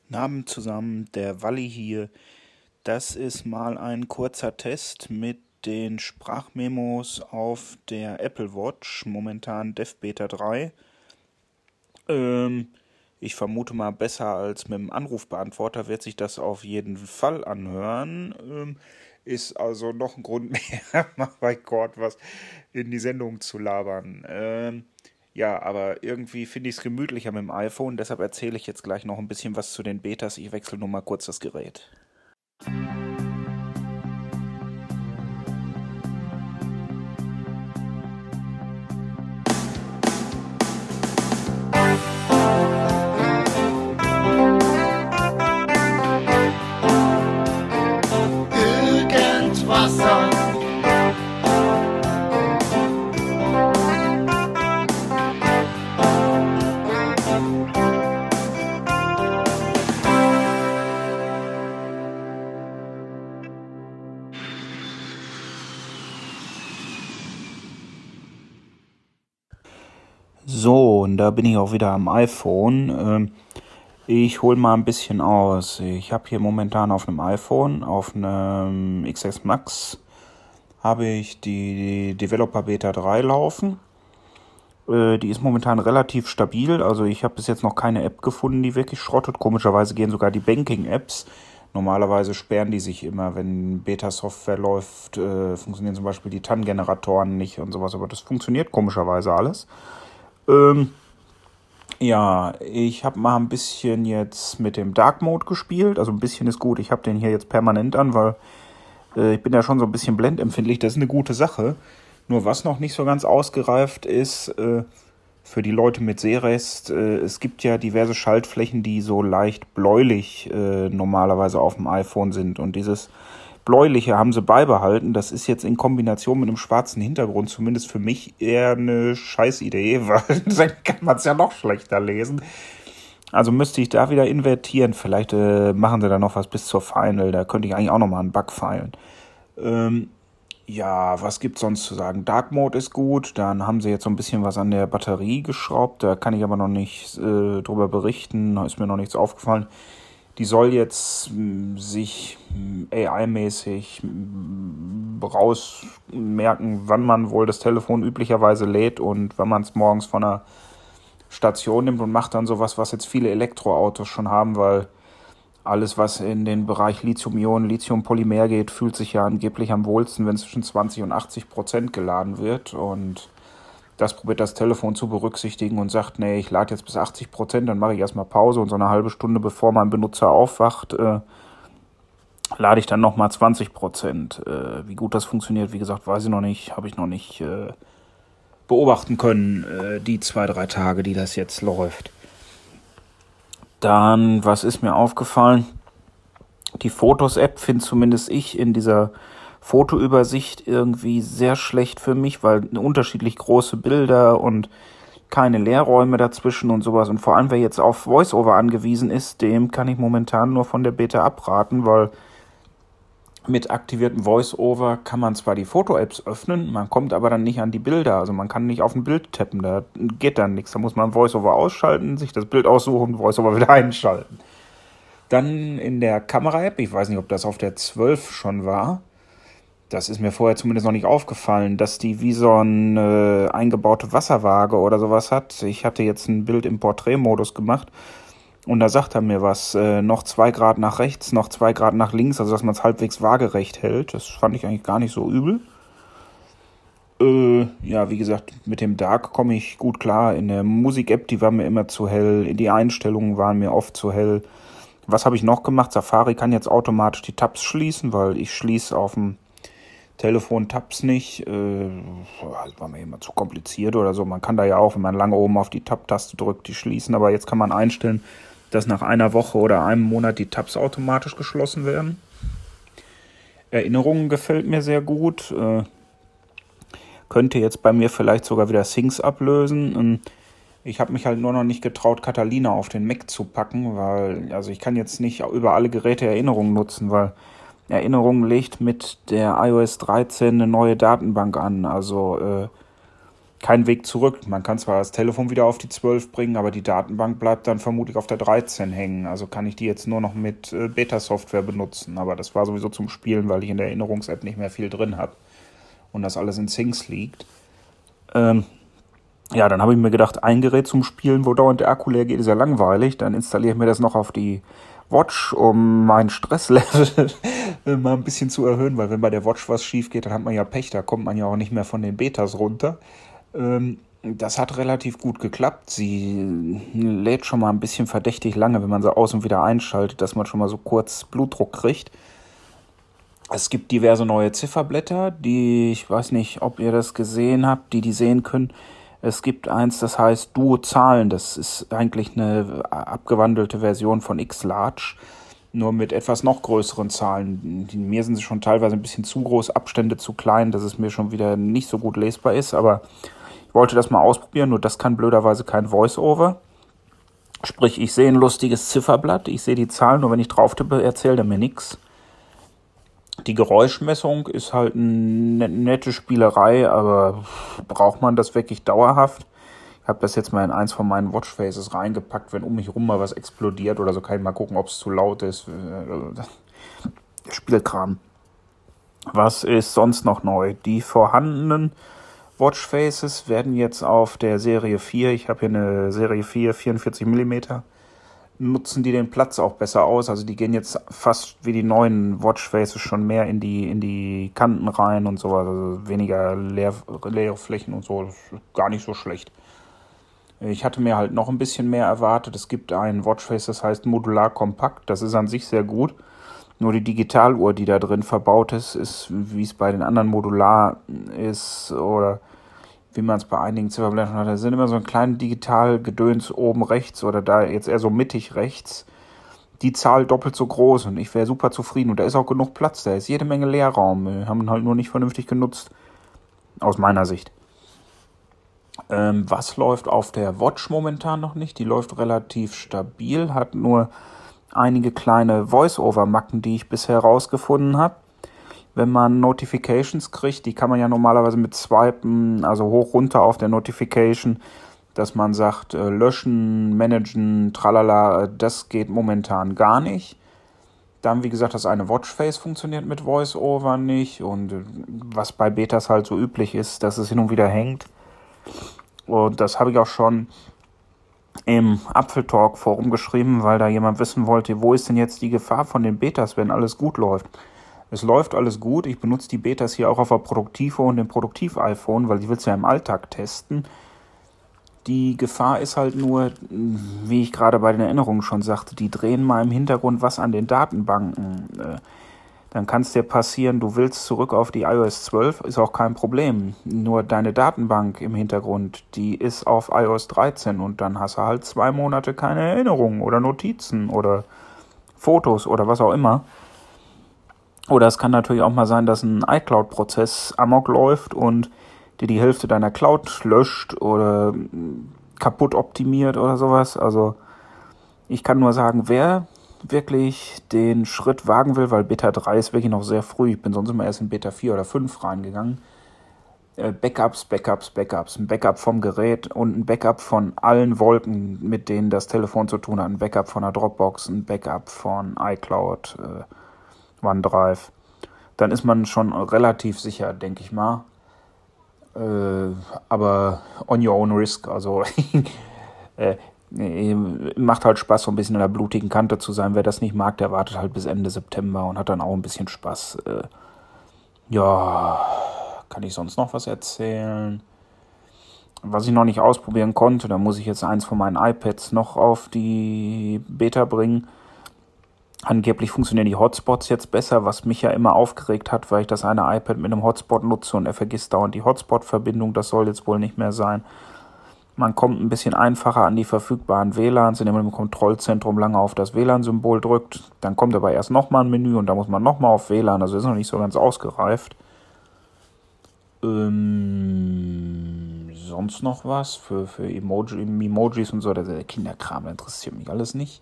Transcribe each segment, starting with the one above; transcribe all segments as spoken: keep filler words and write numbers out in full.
Guten Abend zusammen, der Walli hier. Das ist mal ein kurzer Test mit den Sprachmemos auf der Apple Watch, momentan Dev Beta drei. Ähm, ich vermute mal, besser als mit dem Anrufbeantworter wird sich das auf jeden Fall anhören. Ähm, ist also noch ein Grund mehr, mein Gott, was in die Sendung zu labern. Ähm, ja, aber irgendwie finde ich es gemütlicher mit dem iPhone, deshalb erzähle ich jetzt gleich noch ein bisschen was zu den Betas. Ich wechsle nur mal kurz das Gerät. Irgendwasser. So, und da bin ich auch wieder am iPhone. Ähm, ich hole mal ein bisschen aus. Ich habe hier momentan auf einem iPhone, auf einem X S Max, habe ich die Developer Beta drei laufen. Äh, die ist momentan relativ stabil. Also ich habe bis jetzt noch keine App gefunden, die wirklich schrottet. Komischerweise gehen sogar die Banking-Apps. Normalerweise sperren die sich immer, wenn Beta-Software läuft, äh, funktionieren zum Beispiel die T A N-Generatoren nicht und sowas. Aber das funktioniert komischerweise alles. Ähm, ja, ich habe mal ein bisschen jetzt mit dem Dark Mode gespielt. Also ein bisschen ist gut. Ich habe den hier jetzt permanent an, weil äh, ich bin ja schon so ein bisschen blendempfindlich. Das ist eine gute Sache. Nur was noch nicht so ganz ausgereift ist, äh, für die Leute mit Sehrest, äh, es gibt ja diverse Schaltflächen, die so leicht bläulich äh, normalerweise auf dem iPhone sind. Und dieses Bläuliche haben sie beibehalten. Das ist jetzt in Kombination mit einem schwarzen Hintergrund zumindest für mich eher eine Scheißidee, weil dann kann man es ja noch schlechter lesen. Also müsste ich da wieder invertieren. Vielleicht äh, machen sie da noch was bis zur Final. Da könnte ich eigentlich auch nochmal einen Bug feilen. Ähm, ja, was gibt's sonst zu sagen? Dark Mode ist gut. Dann haben sie jetzt so ein bisschen was an der Batterie geschraubt. Da kann ich aber noch nicht äh, drüber berichten. Da ist mir noch nichts aufgefallen. Die soll jetzt mh, sich mh, A I-mäßig mh, rausmerken, wann man wohl das Telefon üblicherweise lädt und wann man es morgens von der Station nimmt und macht dann sowas, was jetzt viele Elektroautos schon haben, weil alles, was in den Bereich Lithium-Ionen, Lithium-Polymer geht, fühlt sich ja angeblich am wohlsten, wenn es zwischen zwanzig und achtzig Prozent geladen wird. Und das probiert das Telefon zu berücksichtigen und sagt, nee, ich lade jetzt bis achtzig Prozent, dann mache ich erstmal Pause und so eine halbe Stunde, bevor mein Benutzer aufwacht, äh, lade ich dann nochmal zwanzig Prozent. Äh, wie gut das funktioniert, wie gesagt, weiß ich noch nicht, habe ich noch nicht äh, beobachten können, äh, die zwei, drei Tage, die das jetzt läuft. Dann, was ist mir aufgefallen? Die Fotos-App finde zumindest ich in dieser Fotoübersicht irgendwie sehr schlecht für mich, weil unterschiedlich große Bilder und keine Leerräume dazwischen und sowas. Und vor allem, wer jetzt auf VoiceOver angewiesen ist, dem kann ich momentan nur von der Beta abraten, weil mit aktiviertem VoiceOver kann man zwar die Foto-Apps öffnen, man kommt aber dann nicht an die Bilder. Also man kann nicht auf ein Bild tappen, da geht dann nichts. Da muss man VoiceOver ausschalten, sich das Bild aussuchen und VoiceOver wieder einschalten. Dann in der Kamera-App, ich weiß nicht, ob das auf der zwölf schon war, das ist mir vorher zumindest noch nicht aufgefallen, dass die wie so eine eingebaute Wasserwaage oder sowas hat. Ich hatte jetzt ein Bild im Porträtmodus gemacht und da sagt er mir was, äh, noch zwei Grad nach rechts, noch zwei Grad nach links, also dass man es halbwegs waagerecht hält. Das fand ich eigentlich gar nicht so übel. Äh, ja, wie gesagt, mit dem Dark komme ich gut klar. In der Musik-App, die war mir immer zu hell. Die Einstellungen waren mir oft zu hell. Was habe ich noch gemacht? Safari kann jetzt automatisch die Tabs schließen, weil ich schließe auf dem Telefon Tabs nicht. Äh, das war mir immer zu kompliziert oder so. Man kann da ja auch, wenn man lange oben auf die Tab-Taste drückt, die schließen. Aber jetzt kann man einstellen, dass nach einer Woche oder einem Monat die Tabs automatisch geschlossen werden. Erinnerungen gefällt mir sehr gut. Äh, könnte jetzt bei mir vielleicht sogar wieder Things ablösen. Ich habe mich halt nur noch nicht getraut, Catalina auf den Mac zu packen, weil also ich kann jetzt nicht über alle Geräte Erinnerungen nutzen, weil Erinnerungen legt mit der iOS dreizehn eine neue Datenbank an. Also äh, kein Weg zurück. Man kann zwar das Telefon wieder auf die zwölf bringen, aber die Datenbank bleibt dann vermutlich auf der dreizehn hängen. Also kann ich die jetzt nur noch mit äh, Beta-Software benutzen. Aber das war sowieso zum Spielen, weil ich in der Erinnerungs-App nicht mehr viel drin habe und das alles in Things liegt. Ähm, ja, dann habe ich mir gedacht, ein Gerät zum Spielen, wo dauernd der Akku leer geht, ist ja langweilig. Dann installiere ich mir das noch auf die Watch, um mein Stresslevel mal ein bisschen zu erhöhen, weil wenn bei der Watch was schief geht, dann hat man ja Pech, da kommt man ja auch nicht mehr von den Betas runter. Ähm, das hat relativ gut geklappt. Sie lädt schon mal ein bisschen verdächtig lange, wenn man sie aus und wieder einschaltet, dass man schon mal so kurz Blutdruck kriegt. Es gibt diverse neue Zifferblätter, die, ich weiß nicht, ob ihr das gesehen habt, die die sehen können. Es gibt eins, das heißt Duo Zahlen. Das ist eigentlich eine abgewandelte Version von X-Large, nur mit etwas noch größeren Zahlen. Mir sind sie schon teilweise ein bisschen zu groß, Abstände zu klein, dass es mir schon wieder nicht so gut lesbar ist. Aber ich wollte das mal ausprobieren, nur das kann blöderweise kein Voice-Over. Sprich, ich sehe ein lustiges Zifferblatt, ich sehe die Zahlen, nur wenn ich drauf tippe, erzählt er mir nichts. Die Geräuschmessung ist halt eine nette Spielerei, aber braucht man das wirklich dauerhaft? Ich habe das jetzt mal in eins von meinen Watchfaces reingepackt, wenn um mich rum mal was explodiert oder so, kann ich mal gucken, ob es zu laut ist. Spielkram. Was ist sonst noch neu? Die vorhandenen Watchfaces werden jetzt auf der Serie vier, ich habe hier eine Serie vier, vierundvierzig Millimeter, nutzen die den Platz auch besser aus. Also die gehen jetzt fast wie die neuen Watchfaces schon mehr in die in die Kanten rein und so, also weniger leer, leere Flächen und so. Das ist gar nicht so schlecht. Ich hatte mir halt noch ein bisschen mehr erwartet. Es gibt ein Watchface, das heißt Modular Kompakt. Das ist an sich sehr gut. Nur die Digitaluhr, die da drin verbaut ist, ist, wie es bei den anderen Modular ist oder wie man es bei einigen Zifferblättern hat, da sind immer so ein kleines Digitalgedöns oben rechts oder da jetzt eher so mittig rechts. Die Zahl doppelt so groß und ich wäre super zufrieden. Und da ist auch genug Platz, da ist jede Menge Leerraum. Wir haben ihn halt nur nicht vernünftig genutzt, aus meiner Sicht. Ähm, was läuft auf der Watch momentan noch nicht? Die läuft relativ stabil, hat nur einige kleine Voice-Over-Macken, die ich bisher rausgefunden habe. Wenn man Notifications kriegt, die kann man ja normalerweise mit Swipen, also hoch runter auf der Notification, dass man sagt, äh, löschen, managen, tralala, das geht momentan gar nicht. Dann, wie gesagt, das eine Watchface funktioniert mit Voice-Over nicht und äh, was bei Betas halt so üblich ist, dass es hin und wieder hängt. Und das habe ich auch schon im Apfeltalk-Forum geschrieben, weil da jemand wissen wollte, wo ist denn jetzt die Gefahr von den Betas, wenn alles gut läuft. Es läuft alles gut. Ich benutze die Betas hier auch auf der Produktiv- und dem Produktiv-iPhone, weil ich will es ja im Alltag testen. Die Gefahr ist halt nur, wie ich gerade bei den Erinnerungen schon sagte, die drehen mal im Hintergrund was an den Datenbanken. Dann kann es dir passieren, du willst zurück auf die i O S zwölf, ist auch kein Problem. Nur deine Datenbank im Hintergrund, die ist auf i O S dreizehn und dann hast du halt zwei Monate keine Erinnerungen oder Notizen oder Fotos oder was auch immer. Oder es kann natürlich auch mal sein, dass ein iCloud-Prozess amok läuft und dir die Hälfte deiner Cloud löscht oder kaputt optimiert oder sowas. Also ich kann nur sagen, wer wirklich den Schritt wagen will, weil Beta drei ist wirklich noch sehr früh. Ich bin sonst immer erst in Beta vier oder fünf reingegangen. Äh, Backups, Backups, Backups. Ein Backup vom Gerät und ein Backup von allen Wolken, mit denen das Telefon zu tun hat. Ein Backup von der Dropbox, ein Backup von iCloud, äh, OneDrive. Dann ist man schon relativ sicher, denke ich mal. Äh, aber on your own risk. Also äh, macht halt Spaß, so ein bisschen an der blutigen Kante zu sein. Wer das nicht mag, der wartet halt bis Ende September und hat dann auch ein bisschen Spaß. Äh, ja, kann ich sonst noch was erzählen? Was ich noch nicht ausprobieren konnte, da muss ich jetzt eins von meinen iPads noch auf die Beta bringen. Angeblich funktionieren die Hotspots jetzt besser, was mich ja immer aufgeregt hat, weil ich das eine iPad mit einem Hotspot nutze und er vergisst dauernd die Hotspot-Verbindung. Das soll jetzt wohl nicht mehr sein. Man kommt ein bisschen einfacher an die verfügbaren W L A Ns, indem man im Kontrollzentrum lange auf das W L A N-Symbol drückt. Dann kommt aber erst nochmal ein Menü und da muss man nochmal auf W L A N. Also ist noch nicht so ganz ausgereift. Ähm, sonst noch was? Für, für Emoji, Emojis und so, der Kinderkram, der interessiert mich alles nicht.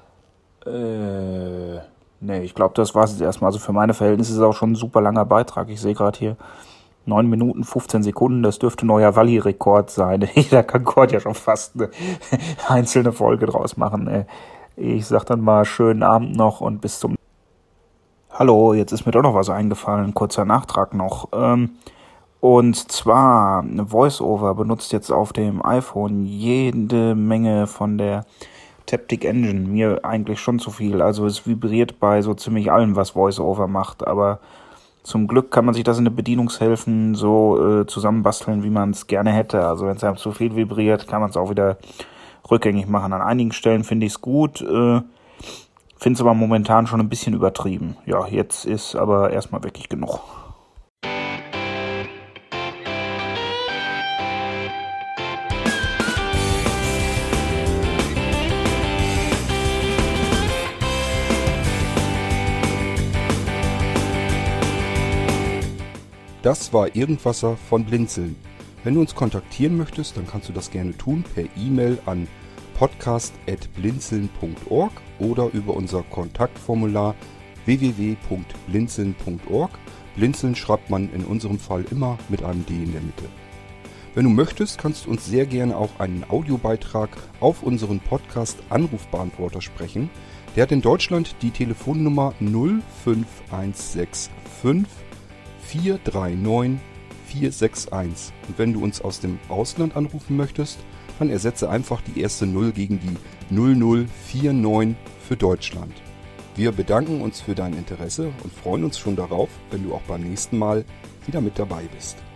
Äh, ne, ich glaube, das war es jetzt erstmal. Also für meine Verhältnisse ist es auch schon ein super langer Beitrag. Ich sehe gerade hier neun Minuten fünfzehn Sekunden, das dürfte neuer Walli-Rekord sein. Da kann Kurt ja schon fast eine einzelne Folge draus machen. Ich sag dann mal schönen Abend noch und bis zum... Hallo, jetzt ist mir doch noch was eingefallen, kurzer Nachtrag noch. Und zwar, VoiceOver benutzt jetzt auf dem iPhone jede Menge von der Taptic Engine. Mir eigentlich schon zu viel. Also es vibriert bei so ziemlich allem, was VoiceOver macht. Aber zum Glück kann man sich das in den Bedienungshilfen so äh, zusammenbasteln, wie man es gerne hätte. Also wenn es einem zu viel vibriert, kann man es auch wieder rückgängig machen. An einigen Stellen finde ich es gut, äh, finde es aber momentan schon ein bisschen übertrieben. Ja, jetzt ist aber erstmal wirklich genug. Das war Irgendwasser von Blinzeln. Wenn du uns kontaktieren möchtest, dann kannst du das gerne tun per E-Mail an podcast at blinzeln punkt org oder über unser Kontaktformular w w w punkt blinzeln punkt org. Blinzeln schreibt man in unserem Fall immer mit einem D in der Mitte. Wenn du möchtest, kannst du uns sehr gerne auch einen Audiobeitrag auf unseren Podcast-Anrufbeantworter sprechen. Der hat in Deutschland die Telefonnummer null fünf eins sechs fünf vier drei neun vier sechs eins. Und wenn du uns aus dem Ausland anrufen möchtest, dann ersetze einfach die erste null gegen die null null vier neun für Deutschland. Wir bedanken uns für dein Interesse und freuen uns schon darauf, wenn du auch beim nächsten Mal wieder mit dabei bist.